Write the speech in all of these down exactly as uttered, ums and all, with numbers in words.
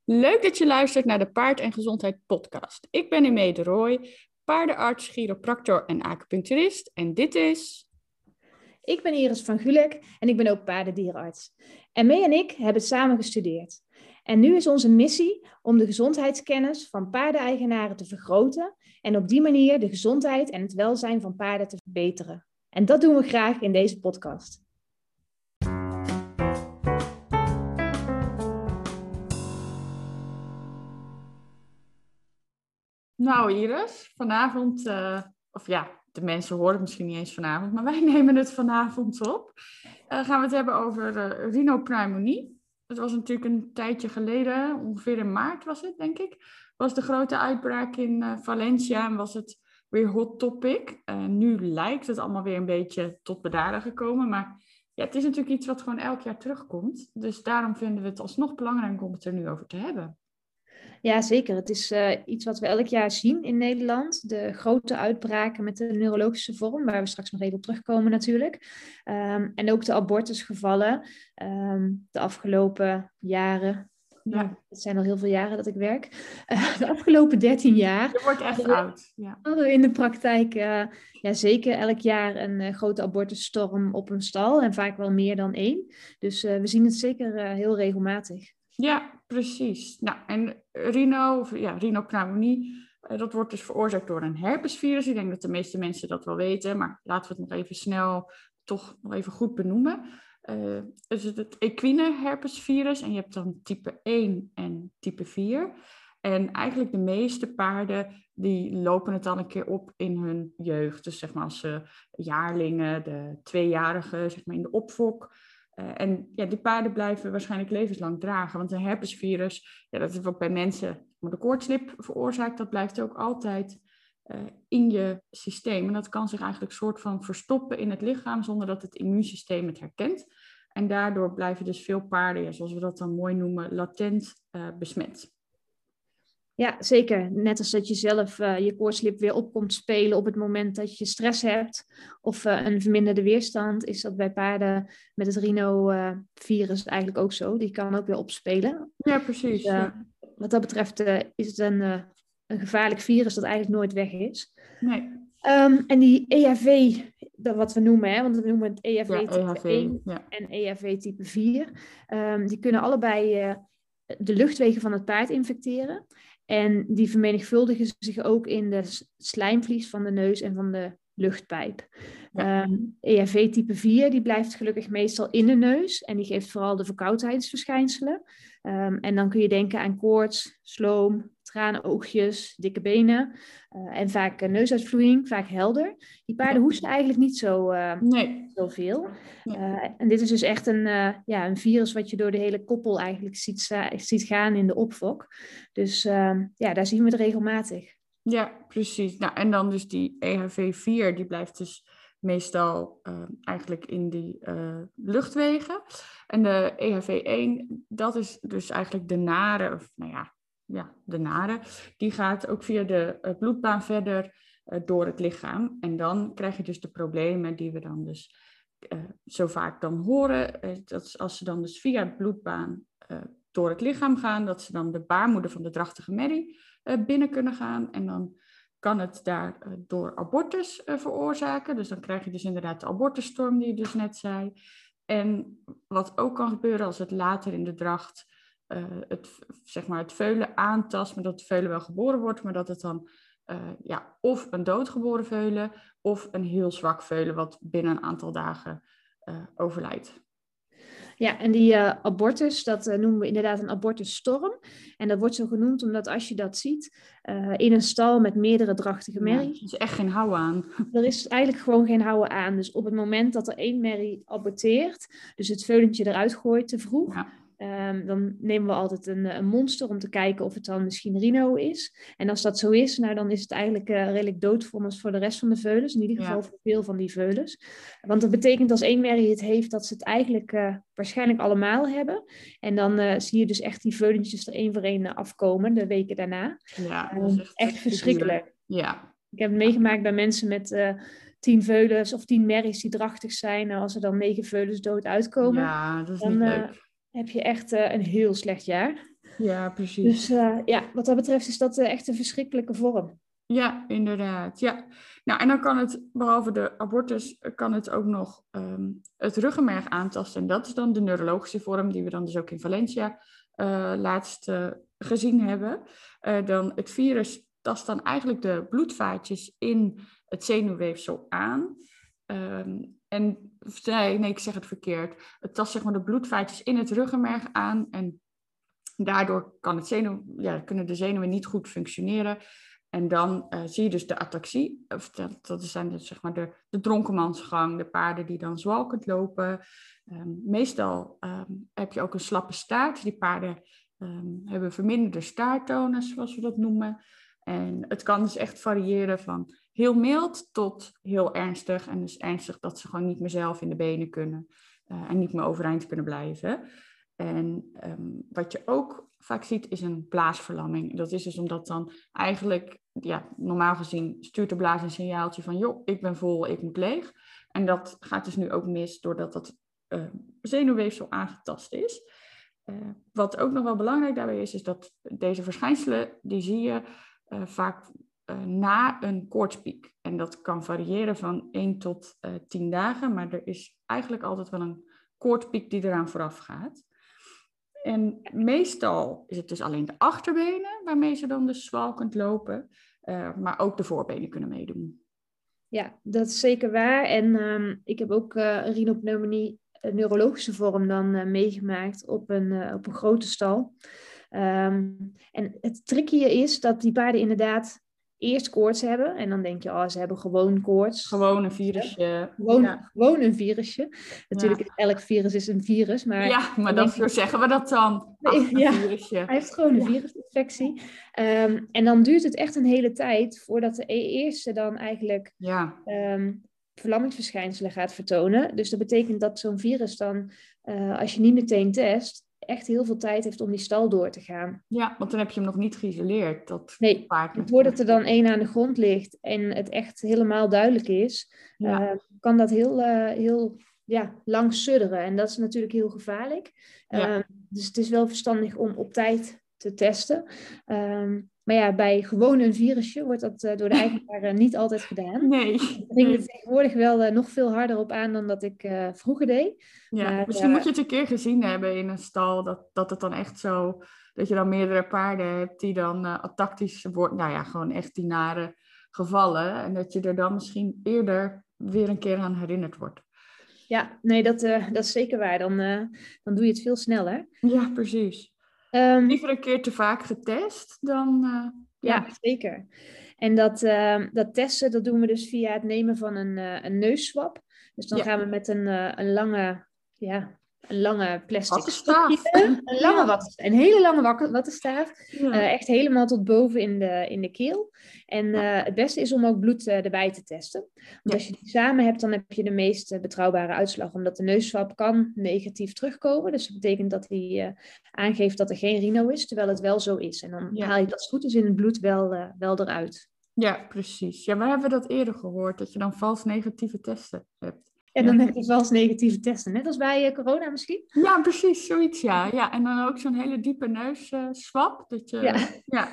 Leuk dat je luistert naar de Paard en Gezondheid podcast. Ik ben Imee de Rooij, paardenarts, chiropractor en acupuncturist. En dit is... Ik ben Iris van Gulik en ik ben ook paardendierenarts. En Mee en ik hebben samen gestudeerd. En nu is onze missie om de gezondheidskennis van paardeneigenaren te vergroten en op die manier de gezondheid en het welzijn van paarden te verbeteren. En dat doen we graag in deze podcast. Nou Iris, vanavond, uh, of ja, de mensen horen het misschien niet eens vanavond, maar wij nemen het vanavond op. Uh, gaan we het hebben over uh, rhinopneumonie. Dat was natuurlijk een tijdje geleden, ongeveer in maart was het, denk ik. Was de grote uitbraak in uh, Valencia en was het weer hot topic. Uh, nu lijkt het allemaal weer een beetje tot bedaren gekomen, maar ja, het is natuurlijk iets wat gewoon elk jaar terugkomt. Dus daarom vinden we het alsnog belangrijk om het er nu over te hebben. Ja, zeker. Het is uh, iets wat we elk jaar zien in Nederland. De grote uitbraken met de neurologische vorm, waar we straks nog even op terugkomen natuurlijk. Um, en ook de abortusgevallen um, de afgelopen jaren. Ja. Nou, het zijn al heel veel jaren dat ik werk. Uh, de afgelopen dertien jaar. Je wordt echt hadden, oud. Ja. Hadden we in de praktijk uh, ja, zeker elk jaar een uh, grote abortusstorm op een stal. En vaak wel meer dan één. Dus uh, we zien het zeker uh, heel regelmatig. Ja, precies. Nou, en rhino, of ja, rhinopneumonie, uh, dat wordt dus veroorzaakt door een herpesvirus. Ik denk dat de meeste mensen dat wel weten, maar laten we het nog even snel toch nog even goed benoemen. Uh, dus het, het equine herpesvirus en je hebt dan type één en type vier. En eigenlijk de meeste paarden die lopen het dan een keer op in hun jeugd. Dus zeg maar als uh, jaarlingen, de tweejarigen, zeg maar in de opfok. Uh, en ja, die paarden blijven waarschijnlijk levenslang dragen. Want een herpesvirus, ja, dat is wat bij mensen de koortslip veroorzaakt, dat blijft ook altijd uh, in je systeem. En dat kan zich eigenlijk soort van verstoppen in het lichaam zonder dat het immuunsysteem het herkent. En daardoor blijven dus veel paarden, ja, zoals we dat dan mooi noemen, latent uh, besmet. Ja, zeker. Net als dat je zelf uh, je koortslip weer op komt spelen op het moment dat je stress hebt of uh, een verminderde weerstand, is dat bij paarden met het rhinovirus uh, eigenlijk ook zo. Die kan ook weer opspelen. Ja, precies. Dus, uh, ja. Wat dat betreft uh, is het een, uh, een gevaarlijk virus dat eigenlijk nooit weg is. Nee. Um, en die E H V, dat wat we noemen, hè, want we noemen het E H V ja, type E H V, één ja. en E H V type vier. Um, die kunnen allebei uh, de luchtwegen van het paard infecteren. En die vermenigvuldigen zich ook in de slijmvlies van de neus en van de luchtpijp. Ja. Um, E H V type vier die blijft gelukkig meestal in de neus. En die geeft vooral de verkoudheidsverschijnselen. Um, en dan kun je denken aan koorts, sloom, tranenoogjes, dikke benen. Uh, en vaak uh, neusuitvloeiing, vaak helder. Die paarden hoesten eigenlijk niet zo, uh, nee. zoveel. Nee. Uh, en dit is dus echt een, uh, ja, een virus wat je door de hele koppel eigenlijk ziet, uh, ziet gaan in de opfok. Dus uh, ja, daar zien we het regelmatig. Ja, precies. Nou, en dan dus die E H V vier, die blijft dus meestal uh, eigenlijk in die uh, luchtwegen. En de E H V één, dat is dus eigenlijk de nare, of nou ja, ja, de nare, die gaat ook via de uh, bloedbaan verder uh, door het lichaam. En dan krijg je dus de problemen die we dan dus uh, zo vaak dan horen. Uh, dat is als ze dan dus via de bloedbaan uh, door het lichaam gaan, dat ze dan de baarmoeder van de drachtige merrie uh, binnen kunnen gaan. En dan kan het daar uh, door abortus uh, veroorzaken. Dus dan krijg je dus inderdaad de abortusstorm die je dus net zei. En wat ook kan gebeuren als het later in de dracht uh, het, zeg maar het veulen aantast, maar dat het veulen wel geboren wordt, maar dat het dan uh, ja, of een doodgeboren veulen of een heel zwak veulen wat binnen een aantal dagen uh, overlijdt. Ja, en die uh, abortus, dat uh, noemen we inderdaad een abortusstorm. En dat wordt zo genoemd omdat als je dat ziet uh, in een stal met meerdere drachtige merries. Ja, er is echt geen houden aan. Er is eigenlijk gewoon geen houden aan. Dus op het moment dat er één merrie aborteert, dus het veulentje eruit gooit te vroeg, ja. Um, dan nemen we altijd een, een monster om te kijken of het dan misschien rhino is. En als dat zo is, nou, dan is het eigenlijk uh, redelijk doodvonnis voor de rest van de veulens. In ieder geval ja. voor veel van die veulens. Want dat betekent als één merrie het heeft, dat ze het eigenlijk uh, waarschijnlijk allemaal hebben. En dan uh, zie je dus echt die veulentjes er één voor één afkomen de weken daarna. Ja, um, dat is echt, echt verschrikkelijk. Ja. Ik heb het meegemaakt bij mensen met uh, tien veulens of tien merries die drachtig zijn. En als er dan negen veulens dood uitkomen, ja, dat is dan niet uh, leuk. heb je echt uh, een heel slecht jaar. Ja, precies. Dus uh, ja, wat dat betreft is dat uh, echt een verschrikkelijke vorm. Ja, inderdaad. Ja. Nou, en dan kan het, behalve de abortus, kan het ook nog um, het ruggenmerg aantasten. En dat is dan de neurologische vorm, die we dan dus ook in Valencia uh, laatst uh, gezien hebben. Uh, dan het virus tast dan eigenlijk de bloedvaatjes in het zenuwweefsel aan. Um, en, nee, nee, ik zeg het verkeerd. Het tast zeg maar de bloedvaatjes in het ruggenmerg aan. En daardoor kan het zenuw, ja, kunnen de zenuwen niet goed functioneren. En dan uh, zie je dus de ataxie. Of dat, dat zijn dus, zeg maar de, de dronkenmansgang, de paarden die dan zwalkend lopen. Um, meestal um, heb je ook een slappe staart. Die paarden um, hebben verminderde staarttonen, zoals we dat noemen. En het kan dus echt variëren van heel mild tot heel ernstig. En dus ernstig dat ze gewoon niet meer zelf in de benen kunnen. Uh, en niet meer overeind kunnen blijven. En um, wat je ook vaak ziet is een blaasverlamming. Dat is dus omdat dan eigenlijk, ja, normaal gezien stuurt de blaas een signaaltje van joh, ik ben vol, ik moet leeg. En dat gaat dus nu ook mis doordat dat uh, zenuwweefsel aangetast is. Uh, wat ook nog wel belangrijk daarbij is, is dat deze verschijnselen, die zie je uh, vaak uh, na een koortspiek. En dat kan variëren van één tot uh, tien dagen, maar er is eigenlijk altijd wel een koortspiek die eraan vooraf gaat. En meestal is het dus alleen de achterbenen waarmee ze dan dus zwalkend lopen. Uh, maar ook de voorbenen kunnen meedoen. Ja, dat is zeker waar. En um, ik heb ook uh, rhinopneumonie, een neurologische vorm, dan uh, meegemaakt op een, uh, op een grote stal. Um, en het tricky is dat die paarden inderdaad eerst koorts hebben. En dan denk je, oh, ze hebben gewoon koorts. Gewoon een virusje. Gewoon, ja. gewoon een virusje. Natuurlijk, ja. Elk virus is een virus. Maar ja, maar dat, zo zeggen we dat dan. Ach, een ja, virusje. Hij heeft gewoon een ja. virusinfectie. Um, en dan duurt het echt een hele tijd voordat de eerste dan eigenlijk ja. um, verlammingsverschijnselen gaat vertonen. Dus dat betekent dat zo'n virus dan, uh, als je niet meteen test, echt heel veel tijd heeft om die stal door te gaan. Ja, want dan heb je hem nog niet geïsoleerd. Dat nee, paard voordat er dan één aan de grond ligt en het echt helemaal duidelijk is, ja. uh, kan dat heel, uh, heel ja, lang sudderen. En dat is natuurlijk heel gevaarlijk. Ja. Uh, dus het is wel verstandig om op tijd te testen. Um, maar ja, bij gewoon een virusje wordt dat uh, door de eigenaar niet altijd gedaan. Nee. Ik denk er tegenwoordig wel uh, nog veel harder op aan dan dat ik uh, vroeger deed. Ja, maar, misschien uh, moet je het een keer gezien hebben in een stal, dat, dat het dan echt zo, dat je dan meerdere paarden hebt die dan uh, tactisch worden, nou ja, gewoon echt die nare gevallen. En dat je er dan misschien eerder weer een keer aan herinnerd wordt. Ja, nee, dat, uh, dat is zeker waar. Dan, uh, dan doe je het veel sneller. Ja, precies. Um, Liever een keer te vaak getest dan... Uh, ja. ja, zeker. En dat, uh, dat testen, dat doen we dus via het nemen van een, uh, een neusswap. Dus dan ja. gaan we met een, uh, een lange... Ja, een lange plastic wattenstaaf. Een lange ja. wattenstaaf. Een hele lange wattenstaaf. Ja. Uh, echt helemaal tot boven in de, in de keel. En uh, het beste is om ook bloed uh, erbij te testen. Want ja. als je die samen hebt, dan heb je de meest uh, betrouwbare uitslag. Omdat de neusswap kan negatief terugkomen. Dus dat betekent dat hij uh, aangeeft dat er geen rhino is. Terwijl het wel zo is. En dan ja. haal je dat goed is in het bloed wel, uh, wel eruit. Ja, precies. Ja, we hebben dat eerder gehoord. Dat je dan vals negatieve testen hebt. En dan heb je vals negatieve testen. Net als bij uh, corona misschien? Ja, precies. Zoiets, ja. ja. En dan ook zo'n hele diepe neusswap. Uh, dat je... Ja. ja. ja.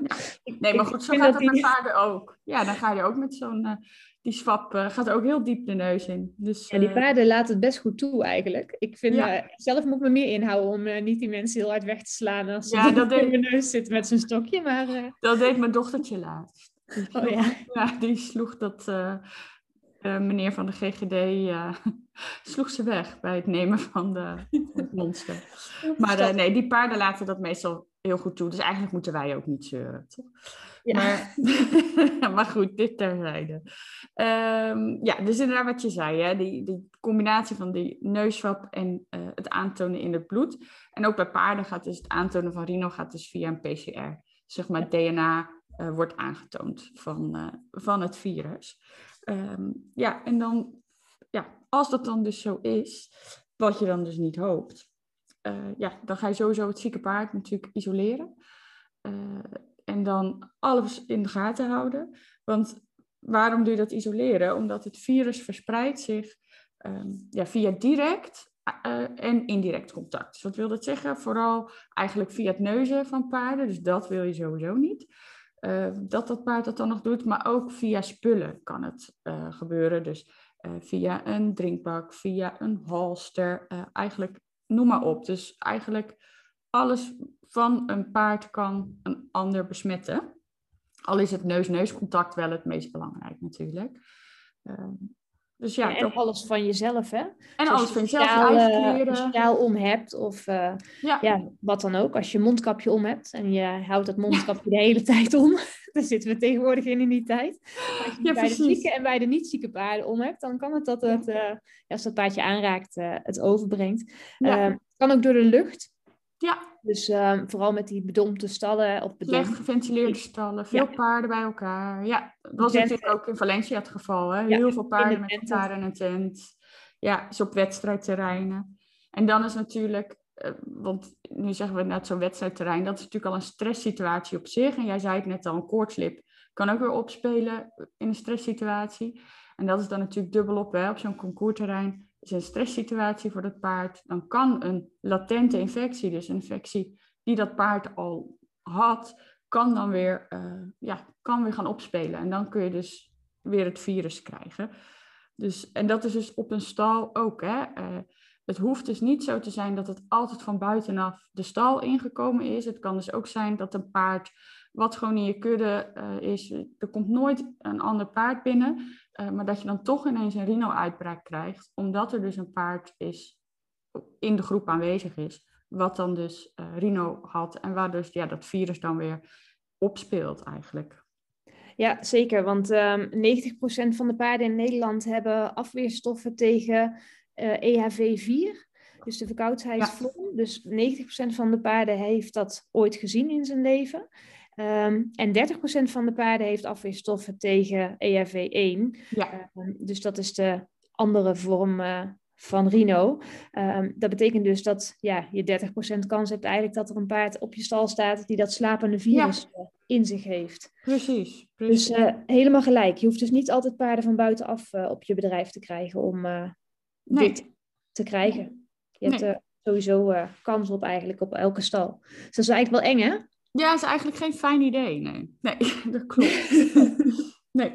Nee, maar goed, zo gaat het met die... paarden ook. Ja, dan ga je ook met zo'n... Uh, die swap uh, gaat ook heel diep de neus in. Dus, uh... ja, die paarden laten het best goed toe eigenlijk. Ik vind, ja. uh, zelf moet ik me meer inhouden om uh, niet die mensen heel hard weg te slaan als ze ja, dat deed... in mijn neus zitten met zijn stokje. Maar, uh... dat deed mijn dochtertje laatst. Die sloeg, oh, ja. ja, die sloeg dat... Uh, Uh, meneer van de G G D uh, sloeg ze weg bij het nemen van de, het monster. Maar uh, nee, die paarden laten dat meestal heel goed toe. Dus eigenlijk moeten wij ook niet zeuren, toch? Ja. Maar, maar goed, dit terzijde. Um, ja, dus inderdaad wat je zei, hè? Die, die combinatie van die neusswap en uh, het aantonen in het bloed. En ook bij paarden gaat dus het aantonen van rhino gaat dus via een P C R. Zeg maar het D N A uh, wordt aangetoond van, uh, van het virus. Um, ja, en dan, ja, als dat dan dus zo is, wat je dan dus niet hoopt, uh, ja, dan ga je sowieso het zieke paard natuurlijk isoleren. Uh, en dan alles in de gaten houden. Want waarom doe je dat isoleren? Omdat het virus verspreidt zich um, ja, via direct uh, en indirect contact. Dus wat wil dat zeggen? Vooral eigenlijk via het neuzen van paarden, dus dat wil je sowieso niet. Uh, dat dat paard dat dan nog doet, maar ook via spullen kan het uh, gebeuren. Dus uh, via een drinkbak, via een halster, uh, eigenlijk noem maar op. Dus eigenlijk alles van een paard kan een ander besmetten. Al is het neus-neuscontact wel het meest belangrijk natuurlijk. Uh, dus ja, ja, en dat... alles van jezelf, hè? En dus alles van jezelf, sjaal, je eigen kleren. Als je sjaal om hebt of uh, ja. ja, wat dan ook. Als je een mondkapje om hebt en je houdt dat mondkapje ja. de hele tijd om. Daar zitten we tegenwoordig in in die tijd. Maar als je ja, bij de zieke en bij de niet zieke paarden om hebt, dan kan het dat het, uh, als dat paardje aanraakt, uh, het overbrengt. Ja. Uh, kan ook door de lucht. Ja. Dus uh, vooral met die bedompte stallen. Of bedompt. Slecht geventileerde stallen, veel ja. paarden bij elkaar. Ja, dat was tent, natuurlijk ook in Valencia het geval. Hè? Heel ja, veel paarden met elkaar in een tent. Ja, dus op wedstrijdterreinen. En dan is natuurlijk, uh, want nu zeggen we net zo'n wedstrijdterrein, dat is natuurlijk al een stresssituatie op zich. En jij zei het net al, een koortslip kan ook weer opspelen in een stresssituatie. En dat is dan natuurlijk dubbelop hè, op zo'n concoursterrein. Is een stresssituatie voor dat paard, dan kan een latente infectie, dus een infectie die dat paard al had, kan dan weer, uh, ja, kan weer gaan opspelen. En dan kun je dus weer het virus krijgen. Dus, en dat is dus op een stal ook. Hè. Uh, het hoeft dus niet zo te zijn dat het altijd van buitenaf de stal ingekomen is. Het kan dus ook zijn dat een paard wat gewoon in je kudde uh, is, er komt nooit een ander paard binnen, uh, maar dat je dan toch ineens een rhino-uitbraak krijgt, omdat er dus een paard is in de groep aanwezig is, wat dan dus uh, rhino had en waar dus ja, dat virus dan weer opspeelt eigenlijk. Ja, zeker, want um, negentig procent van de paarden in Nederland hebben afweerstoffen tegen uh, E H V vier, dus de verkoudheidsvlom. Ja. Dus negentig procent van de paarden heeft dat ooit gezien in zijn leven. Um, en dertig procent van de paarden heeft afweerstoffen tegen E H V één. Ja. Um, dus dat is de andere vorm uh, van rhino. Um, dat betekent dus dat ja, je dertig procent kans hebt eigenlijk dat er een paard op je stal staat die dat slapende virus ja. in zich heeft. Precies. precies. Dus uh, helemaal gelijk. Je hoeft dus niet altijd paarden van buitenaf uh, op je bedrijf te krijgen om uh, nee. dit te krijgen. Je hebt nee. uh, sowieso uh, kans op eigenlijk op elke stal. Dus dat is eigenlijk wel eng, hè? Ja, dat is eigenlijk geen fijn idee, nee. Nee, dat klopt. Nee,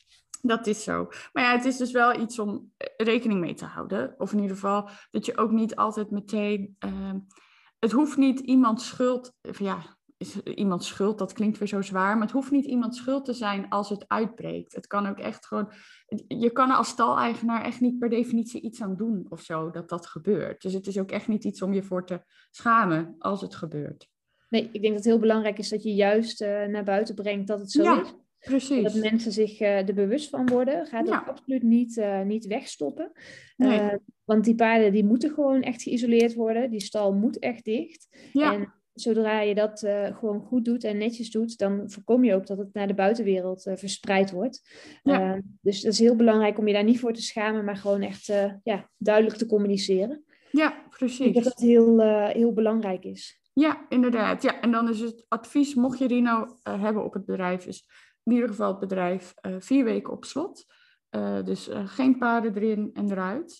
dat is zo. Maar ja, het is dus wel iets om rekening mee te houden. Of in ieder geval dat je ook niet altijd meteen... Uh, het hoeft niet iemand schuld... Ja, is iemand schuld, dat klinkt weer zo zwaar. Maar het hoeft niet iemand schuld te zijn als het uitbreekt. Het kan ook echt gewoon... Je kan er als staleigenaar echt niet per definitie iets aan doen of zo, dat dat gebeurt. Dus het is ook echt niet iets om je voor te schamen als het gebeurt. Nee, ik denk dat het heel belangrijk is dat je juist uh, naar buiten brengt dat het zo ja, is. Precies. Dat mensen zich uh, er bewust van worden. Ga het ja. ook absoluut niet, uh, niet wegstoppen. Nee. Uh, want die paarden die moeten gewoon echt geïsoleerd worden. Die stal moet echt dicht. Ja. En zodra je dat uh, gewoon goed doet en netjes doet, dan voorkom je ook dat het naar de buitenwereld uh, verspreid wordt. Ja. Uh, dus dat is heel belangrijk om je daar niet voor te schamen, maar gewoon echt uh, ja, duidelijk te communiceren. Ja, precies. Ik denk dat dat heel, uh, heel belangrijk is. Ja, inderdaad. Ja, en dan is het advies, mocht je rhino uh, hebben op het bedrijf, is in ieder geval het bedrijf uh, vier weken op slot. Uh, dus uh, geen paarden erin en eruit.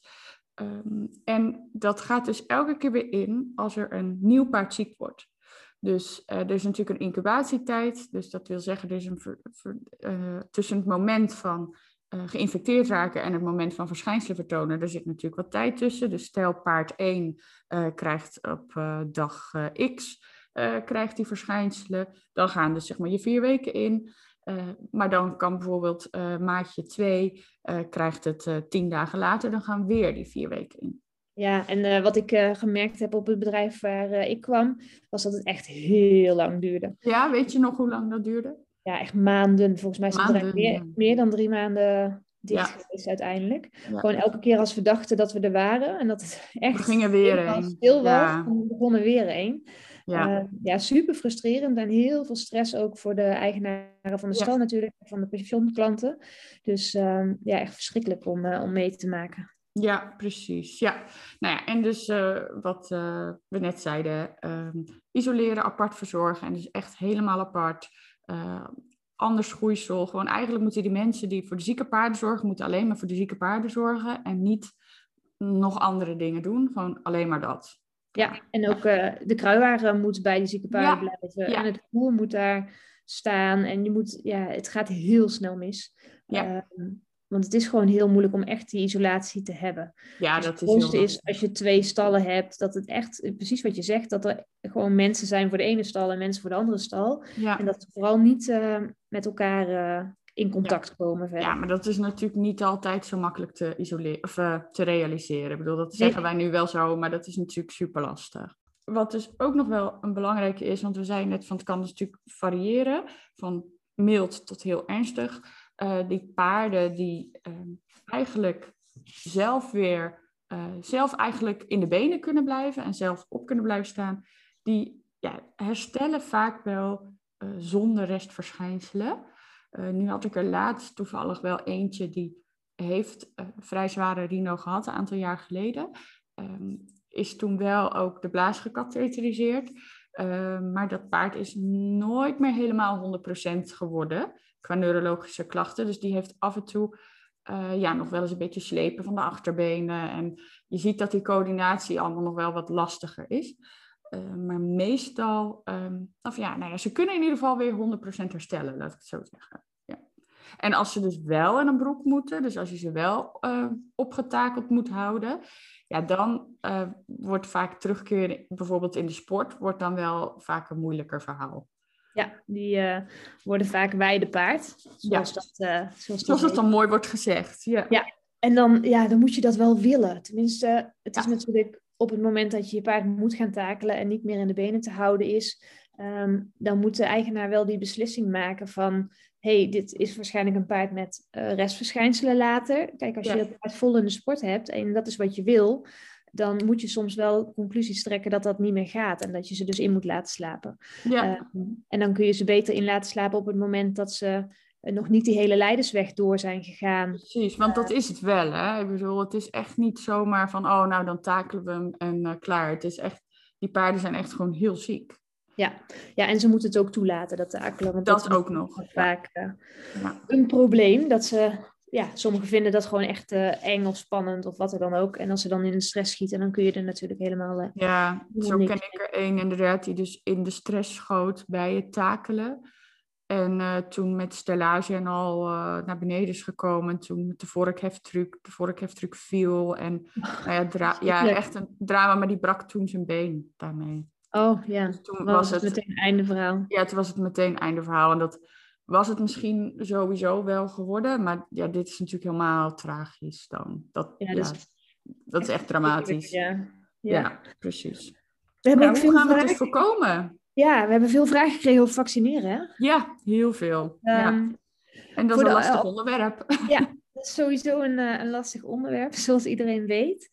Um, en dat gaat dus elke keer weer in als er een nieuw paard ziek wordt. Dus uh, er is natuurlijk een incubatietijd. Dus dat wil zeggen, er is een ver, ver, uh, tussen het moment van uh, geïnfecteerd raken en het moment van verschijnselen vertonen, er zit natuurlijk wat tijd tussen. Dus stel paard één uh, krijgt op uh, dag uh, X uh, krijgt die verschijnselen. Dan gaan dus zeg maar je vier weken in. Uh, maar dan kan bijvoorbeeld uh, maatje twee uh, krijgt het uh, tien dagen later. Dan gaan weer die vier weken in. Ja, en uh, wat ik uh, gemerkt heb op het bedrijf waar uh, ik kwam, was dat het echt heel lang duurde. Ja, weet je nog hoe lang dat duurde? Ja, echt maanden. Volgens mij is het bedrijf meer, ja. meer dan drie maanden dicht ja. geweest uiteindelijk. Ja. Gewoon elke keer als we dachten dat we er waren en dat het echt we gingen weer een. stil was, ja. dan begonnen weer een. Ja. Uh, ja, super frustrerend en heel veel stress ook voor de eigenaren van de stal ja. natuurlijk, van de pensionklanten. Dus uh, ja, echt verschrikkelijk om, uh, om mee te maken. Ja, precies. Ja. Nou ja, en dus uh, wat uh, we net zeiden, uh, isoleren, apart verzorgen en dus echt helemaal apart. Uh, anders groeisel. Gewoon eigenlijk moeten die mensen die voor de zieke paarden zorgen, moeten alleen maar voor de zieke paarden zorgen en niet nog andere dingen doen. Gewoon alleen maar dat. Ja, en ook uh, de kruiwagen moet bij die zieke paarden Ja, blijven. ja. En het voer moet daar staan. En je moet, ja, het gaat heel snel mis. Ja. Uh, want het is gewoon heel moeilijk om echt die isolatie te hebben. Ja, dus dat het is heel mooiste is als je twee stallen hebt, dat het echt, precies wat je zegt, dat er gewoon mensen zijn voor de ene stal en mensen voor de andere stal. Ja. En dat ze vooral niet uh, met elkaar uh, in contact ja. komen verder. Ja, maar dat is natuurlijk niet altijd zo makkelijk te isoleren of uh, te realiseren. Ik bedoel, dat zeggen nee. wij nu wel zo, maar dat is natuurlijk super lastig. Wat dus ook nog wel een belangrijke is, want we zeiden net van het kan dus natuurlijk variëren, van mild tot heel ernstig. Uh, die paarden die uh, eigenlijk zelf weer, uh, zelf eigenlijk in de benen kunnen blijven en zelf op kunnen blijven staan, die ja, herstellen vaak wel uh, zonder restverschijnselen. Uh, nu had ik er laatst toevallig wel eentje die heeft uh, vrij zware rhino gehad, een aantal jaar geleden. Um, is toen wel ook de blaas gekatheteriseerd. Uh, maar dat paard is nooit meer helemaal honderd procent geworden qua neurologische klachten. Dus die heeft af en toe uh, ja, nog wel eens een beetje slepen van de achterbenen. En je ziet dat die coördinatie allemaal nog wel wat lastiger is. Uh, maar meestal, um, of ja, nou ja, ze kunnen in ieder geval weer honderd procent herstellen, laat ik het zo zeggen. Ja. En als ze dus wel in een broek moeten, dus als je ze wel uh, opgetakeld moet houden, ja, dan uh, wordt vaak terugkeren, bijvoorbeeld in de sport, wordt dan wel vaak een moeilijker verhaal. Ja, die uh, worden vaak weidepaard, zoals, ja. dat, uh, zoals, zoals dat dan mooi wordt gezegd. Ja, ja. En dan, ja, dan moet je dat wel willen. Tenminste, het ja. is natuurlijk op het moment dat je je paard moet gaan takelen en niet meer in de benen te houden is, um, dan moet de eigenaar wel die beslissing maken van, hey, dit is waarschijnlijk een paard met uh, restverschijnselen later. Kijk, als ja. je het paard vol in de sport hebt en dat is wat je wil, dan moet je soms wel conclusies trekken dat dat niet meer gaat en dat je ze dus in moet laten slapen. Ja. Um, en dan kun je ze beter in laten slapen op het moment dat ze nog niet die hele leidersweg door zijn gegaan. Precies, want dat is het wel, hè. Ik bedoel, het is echt niet zomaar van, oh, nou, dan takelen we hem en uh, klaar. Het is echt, die paarden zijn echt gewoon heel ziek. Ja, ja, en ze moeten het ook toelaten, dat takelen. Want dat, dat ook nog. Vaak uh, ja. een probleem, dat ze, ja, sommigen vinden dat gewoon echt uh, eng of spannend of wat er dan ook. En als ze dan in de stress schieten, dan kun je er natuurlijk helemaal... Uh, ja, zo ken ik er één inderdaad, die dus in de stress schoot bij het takelen. En uh, toen met stellage en al uh, naar beneden is gekomen. En toen met de vorkheftruc, de vorkheftruc viel. En nou ja, dra- ja, echt een drama, maar die brak toen zijn been daarmee. Oh ja, dus toen was, was het het meteen einde verhaal. Ja, toen was het meteen einde verhaal. En dat was het misschien sowieso wel geworden. Maar ja, dit is natuurlijk helemaal tragisch dan. Dat, ja, ja, dus dat is echt dramatisch. Ja, ja. ja precies. We hebben nou, ook hoe veel gaan vragen... we het dus voorkomen? Ja, we hebben veel vragen gekregen over vaccineren. Hè? Ja, heel veel. Um, ja. En dat is een de, lastig uh, onderwerp. Ja, dat is sowieso een, uh, een lastig onderwerp, zoals iedereen weet.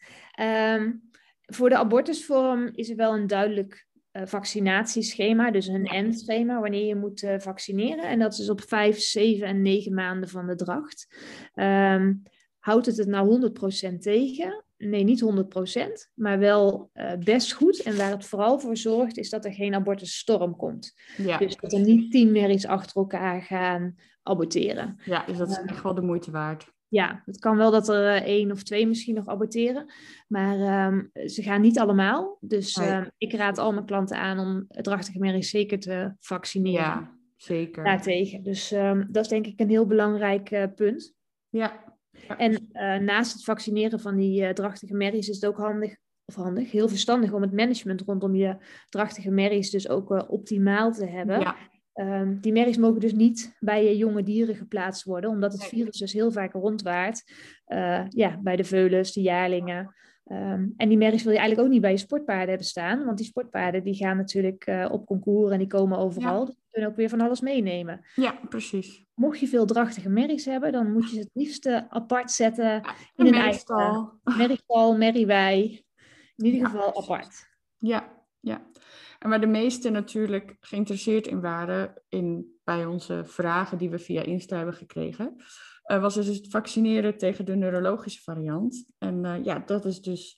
Um, voor de abortusvorm is er wel een duidelijk uh, vaccinatieschema, dus een ja. N-schema, wanneer je moet uh, vaccineren. En dat is op vijf, zeven en negen maanden van de dracht. Um, houdt het het nou honderd procent tegen? Nee, niet honderd procent, maar wel uh, best goed. En waar het vooral voor zorgt, is dat er geen abortusstorm komt. Ja. Dus dat er niet tien merries achter elkaar gaan aborteren. Ja, dus dat is echt wel de moeite waard. Ja, het kan wel dat er uh, één of twee misschien nog aborteren. Maar um, ze gaan niet allemaal. Dus um, nee. ik raad al mijn klanten aan om drachtige merries zeker te vaccineren. Ja, zeker. Daartegen. Dus um, dat is denk ik een heel belangrijk uh, punt. Ja. Ja. En uh, naast het vaccineren van die uh, drachtige merries is het ook handig, of handig, heel verstandig om het management rondom je drachtige merries dus ook uh, optimaal te hebben. Ja. Um, die merries mogen dus niet bij uh, jonge dieren geplaatst worden, omdat het virus dus heel vaak rondwaart. Uh, ja, bij de veulens, de jaarlingen. Um, en die merries wil je eigenlijk ook niet bij je sportpaarden hebben staan, want die sportpaarden die gaan natuurlijk uh, op concours en die komen overal. Ja. Dus die kunnen ook weer van alles meenemen. Ja, precies. Mocht je veel drachtige merries hebben, dan moet je ze het liefst apart zetten ja, in een een merriestal. Merriestal, merriewei. In ieder geval ja, apart. Ja, ja. En waar de meesten natuurlijk geïnteresseerd in waren, in, bij onze vragen die we via Insta hebben gekregen, uh, was dus het vaccineren tegen de neurologische variant. En uh, ja, dat is dus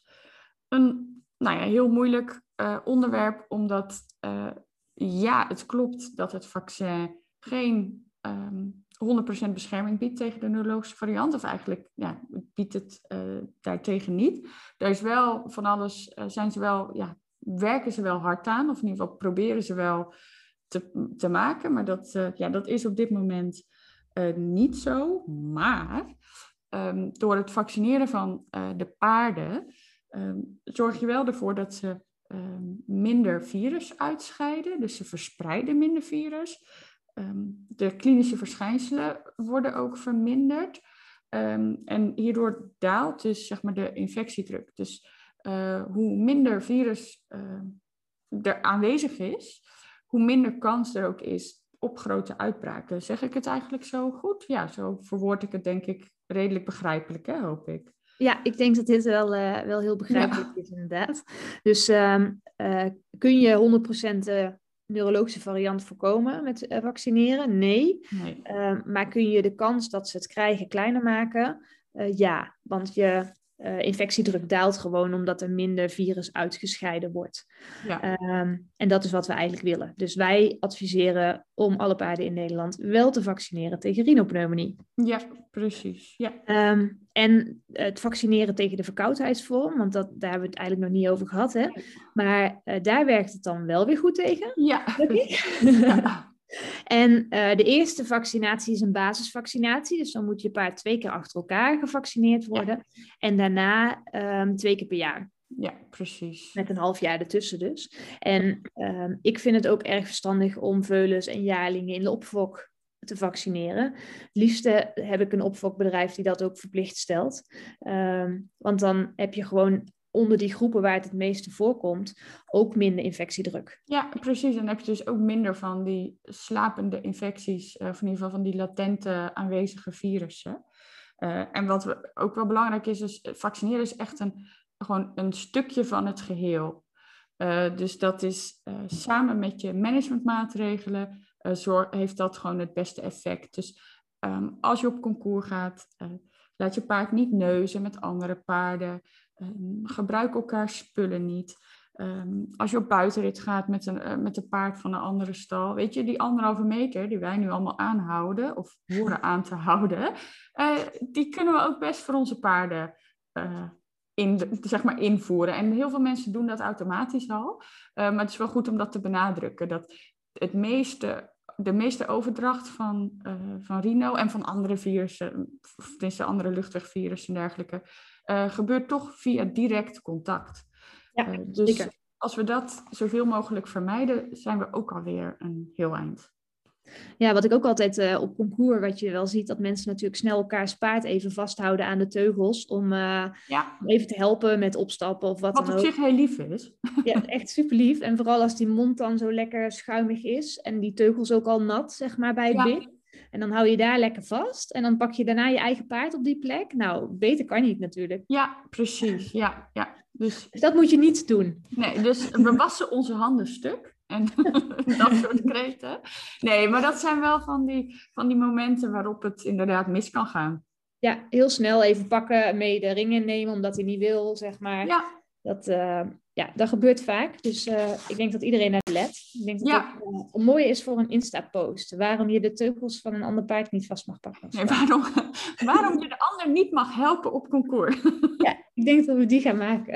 een nou ja, heel moeilijk uh, onderwerp, omdat uh, ja, het klopt dat het vaccin geen um, honderd procent bescherming biedt tegen de neurologische variant. Of eigenlijk ja, het biedt het uh, daartegen niet. Er is wel van alles, uh, zijn ze wel, ja, werken ze wel hard aan. Of in ieder geval proberen ze wel te, te maken. Maar dat, uh, ja, dat is op dit moment uh, niet zo. Maar um, door het vaccineren van uh, de paarden um, zorg je wel ervoor dat ze um, minder virus uitscheiden. Dus ze verspreiden minder virus. Um, de klinische verschijnselen worden ook verminderd. Um, en hierdoor daalt dus zeg maar de infectiedruk. Dus uh, hoe minder virus uh, er aanwezig is, hoe minder kans er ook is op grote uitbraken. Zeg ik het eigenlijk zo goed? Ja, zo verwoord ik het denk ik redelijk begrijpelijk, hè, hoop ik. Ja, ik denk dat dit wel, uh, wel heel begrijpelijk ja. is inderdaad. Dus um, uh, kun je honderd procent uh, neurologische variant voorkomen met uh, vaccineren? Nee. nee. Uh, maar kun je de kans dat ze het krijgen kleiner maken? Uh, ja, want je uh, infectiedruk daalt gewoon omdat er minder virus uitgescheiden wordt. Ja. Um, en dat is wat we eigenlijk willen. Dus wij adviseren om alle paarden in Nederland wel te vaccineren tegen rhinopneumonie. Ja, precies. Ja. Um, en het vaccineren tegen de verkoudheidsvorm, want dat, daar hebben we het eigenlijk nog niet over gehad. Hè? Maar uh, daar werkt het dan wel weer goed tegen. Ja. ja. En uh, de eerste vaccinatie is een basisvaccinatie. Dus dan moet je paard twee keer achter elkaar gevaccineerd worden. Ja. En daarna um, twee keer per jaar. Ja, precies. Met een half jaar ertussen dus. En um, ik vind het ook erg verstandig om veulens en jaarlingen in de opfok te vaccineren. Het liefste heb ik een opfokbedrijf die dat ook verplicht stelt. Um, want dan heb je gewoon onder die groepen waar het het meeste voorkomt ook minder infectiedruk. Ja, precies. En dan heb je dus ook minder van die slapende infecties, of in ieder geval van die latente aanwezige virussen. Uh, en wat we, ook wel belangrijk is, is vaccineren is echt een, gewoon een stukje van het geheel. Uh, dus dat is uh, samen met je managementmaatregelen uh, zorg, heeft dat gewoon het beste effect. Dus um, als je op concours gaat, uh, laat je paard niet neuzen met andere paarden. Um, gebruik elkaar spullen niet. Um, als je op buitenrit gaat met een, uh, met een paard van een andere stal, weet je, die anderhalve meter die wij nu allemaal aanhouden, of horen aan te houden, uh, die kunnen we ook best voor onze paarden uh, in, zeg maar invoeren. En heel veel mensen doen dat automatisch al. Uh, maar het is wel goed om dat te benadrukken, dat het meeste, de meeste overdracht van, uh, van rhino en van andere virussen, of tenminste andere luchtwegvirussen en dergelijke, uh, gebeurt toch via direct contact. Ja, uh, dus zeker. Als we dat zoveel mogelijk vermijden, zijn we ook alweer een heel eind. Ja, wat ik ook altijd uh, op concours, wat je wel ziet, dat mensen natuurlijk snel elkaars paard even vasthouden aan de teugels om uh, ja. even te helpen met opstappen of wat, wat dan ook. ook. Wat op zich heel lief is. Ja, echt super lief. En vooral als die mond dan zo lekker schuimig is en die teugels ook al nat, zeg maar, bij het ja. bit. En dan hou je daar lekker vast en dan pak je daarna je eigen paard op die plek. Nou, beter kan niet natuurlijk. Ja, precies. Ja, ja. Dus, dus dat moet je niet doen. Nee, dus we wassen onze handen stuk. En dat soort kreten. Nee, maar dat zijn wel van die, van die momenten waarop het inderdaad mis kan gaan. Ja, heel snel even pakken, mee de ring innemen omdat hij niet wil, zeg maar. Ja. Dat, uh, ja, dat gebeurt vaak. Dus uh, ik denk dat iedereen naar let. Ik denk dat ja. het uh, een mooie is voor een Insta-post. Waarom je de teugels van een ander paard niet vast mag pakken. Nee, waarom, waarom je de ander niet mag helpen op concours. Ja, ik denk dat we die gaan maken.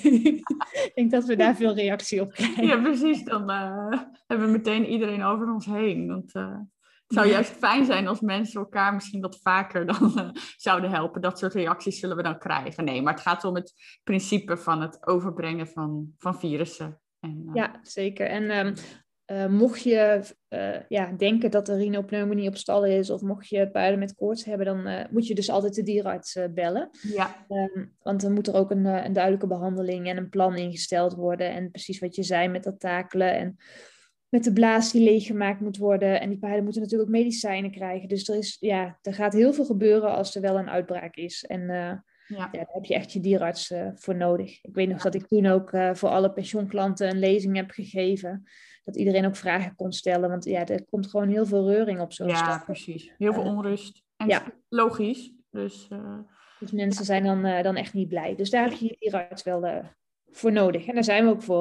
Ik denk dat we daar veel reactie op krijgen. Ja, precies. Dan uh, hebben we meteen iedereen over ons heen. Want uh, het zou juist fijn zijn als mensen elkaar misschien wat vaker dan uh, zouden helpen. Dat soort reacties zullen we dan krijgen. Nee, maar het gaat om het principe van het overbrengen van, van virussen. En, uh... Ja, zeker. En um, uh, mocht je uh, ja, denken dat er rhinopneumonie op stal is, of mocht je paarden met koorts hebben, dan uh, moet je dus altijd de dierenarts uh, bellen. Ja. Um, want dan moet er ook een, uh, een duidelijke behandeling en een plan ingesteld worden. En precies wat je zei met dat takelen en met de blaas die leeggemaakt moet worden. En die paarden moeten natuurlijk ook medicijnen krijgen. Dus er, is, ja, er gaat heel veel gebeuren als er wel een uitbraak is. En uh, ja. Ja, daar heb je echt je dierarts uh, voor nodig. Ik weet nog ja. dat ik toen ook uh, voor alle pensioenklanten een lezing heb gegeven. Dat iedereen ook vragen kon stellen. Want ja, er komt gewoon heel veel reuring op zo'n ja, stap. Ja, precies. Heel veel onrust. En ja. logisch. Dus, uh... dus mensen zijn dan, uh, dan echt niet blij. Dus daar heb je je dierarts wel uh, voor nodig. En daar zijn we ook voor, hè?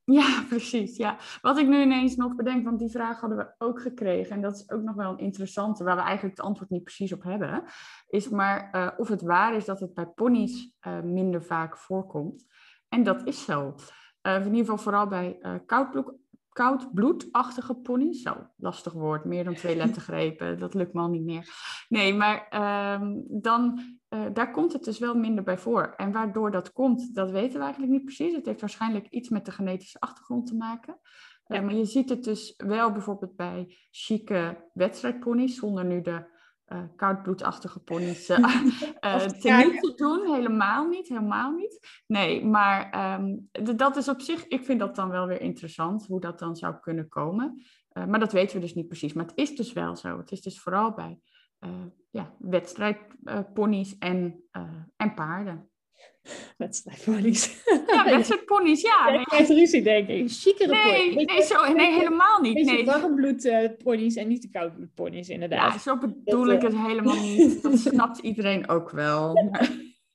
Ja, precies. Ja. Wat ik nu ineens nog bedenk, want die vraag hadden we ook gekregen. En dat is ook nog wel een interessante, waar we eigenlijk het antwoord niet precies op hebben. Is maar uh, of het waar is dat het bij ponies uh, minder vaak voorkomt. En dat is zo. Uh, in ieder geval vooral bij uh, koudbloed, koudbloedachtige ponies. Zo, lastig woord. Meer dan twee lettergrepen. Dat lukt me al niet meer. Nee, maar uh, dan... Uh, daar komt het dus wel minder bij voor. En waardoor dat komt, dat weten we eigenlijk niet precies. Het heeft waarschijnlijk iets met de genetische achtergrond te maken. Uh, ja. Maar je ziet het dus wel bijvoorbeeld bij chique wedstrijdponies, zonder nu de uh, koudbloedachtige ponies uh, uh, teniet te doen. Helemaal niet, helemaal niet. Nee, maar um, de, dat is op zich, ik vind dat dan wel weer interessant, hoe dat dan zou kunnen komen. Uh, maar dat weten we dus niet precies. Maar het is dus wel zo. Het is dus vooral bij... Uh, ja, wedstrijdponies uh, en, uh, en paarden. Wedstrijdponies. Ja, wedstrijdponies, ja. Nee. Ik krijg ruzie, denk ik. Chicere nee, ponies. Nee, zo, nee, helemaal niet. Beetje nee. warmbloedponies uh, en niet de koudbloedponies, inderdaad. Ja, zo bedoel dat, ik het uh... helemaal niet. Dat snapt iedereen ook wel. Maar,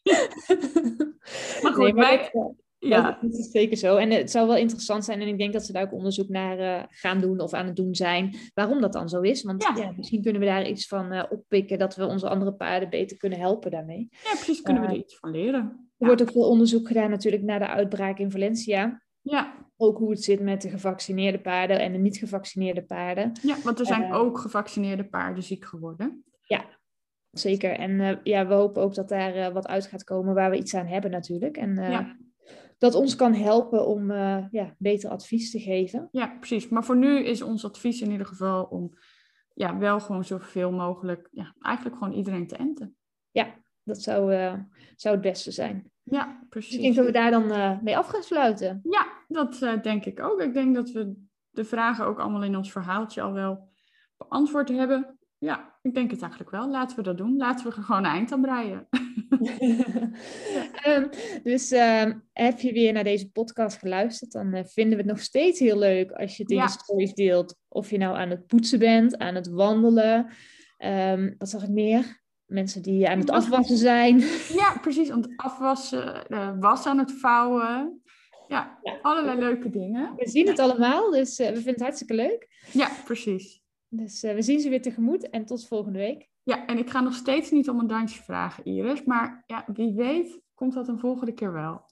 maar goed, nee, maar wij... dat, ja, dat is zeker zo. En het zou wel interessant zijn, en ik denk dat ze daar ook onderzoek naar uh, gaan doen of aan het doen zijn, waarom dat dan zo is. Want ja. Ja, misschien kunnen we daar iets van uh, oppikken, dat we onze andere paarden beter kunnen helpen daarmee. Ja, precies, kunnen uh, we er iets van leren. Er ja. wordt ook veel onderzoek gedaan natuurlijk naar de uitbraak in Valencia. Ja. Ook hoe het zit met de gevaccineerde paarden en de niet gevaccineerde paarden. Ja, want er zijn uh, ook gevaccineerde paarden ziek geworden. Ja, zeker. En uh, ja, we hopen ook dat daar uh, wat uit gaat komen waar we iets aan hebben natuurlijk. En uh, ja. dat ons kan helpen om uh, ja, beter advies te geven. Ja, precies. Maar voor nu is ons advies in ieder geval om ja, wel gewoon zoveel mogelijk, ja, eigenlijk gewoon iedereen te enten. Ja, dat zou, uh, zou het beste zijn. Ja, precies. Ik denk dat we daar dan uh, mee af gaan sluiten. Ja, dat uh, denk ik ook. Ik denk dat we de vragen ook allemaal in ons verhaaltje al wel beantwoord hebben. Ja, ik denk het eigenlijk wel. Laten we dat doen. Laten we er gewoon een eind aan breien. um, dus uh, heb je weer naar deze podcast geluisterd, dan uh, vinden we het nog steeds heel leuk als je het in ja. je stories deelt. Of je nou aan het poetsen bent, aan het wandelen. Um, wat zag ik meer? Mensen die aan het afwassen zijn. Ja, precies. Aan het afwassen, uh, was aan het vouwen. Ja, ja, allerlei leuke dingen. We zien het allemaal, dus uh, we vinden het hartstikke leuk. Ja, precies. Dus uh, we zien ze weer tegemoet en tot volgende week. Ja, en ik ga nog steeds niet om een dansje vragen, Iris. Maar ja, wie weet komt dat een volgende keer wel.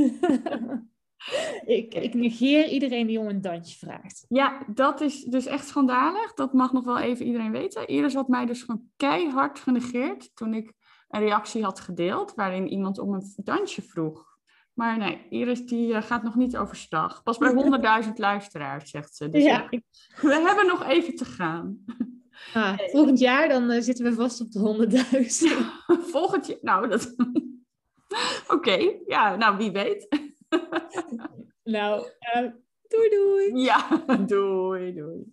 ik, ik negeer iedereen die om een dansje vraagt. Ja, dat is dus echt schandalig. Dat mag nog wel even iedereen weten. Iris had mij dus gewoon keihard genegeerd toen ik een reactie had gedeeld waarin iemand om een dansje vroeg. Maar nee, Iris die uh, gaat nog niet overstag. Pas bij honderdduizend luisteraars, zegt ze. Dus ja. ik, we hebben nog even te gaan. Ah, volgend jaar dan uh, zitten we vast op de honderdduizend. Volgend jaar, nou dat... Oké, okay, ja, nou wie weet. Nou, uh, doei doei. Ja, doei doei.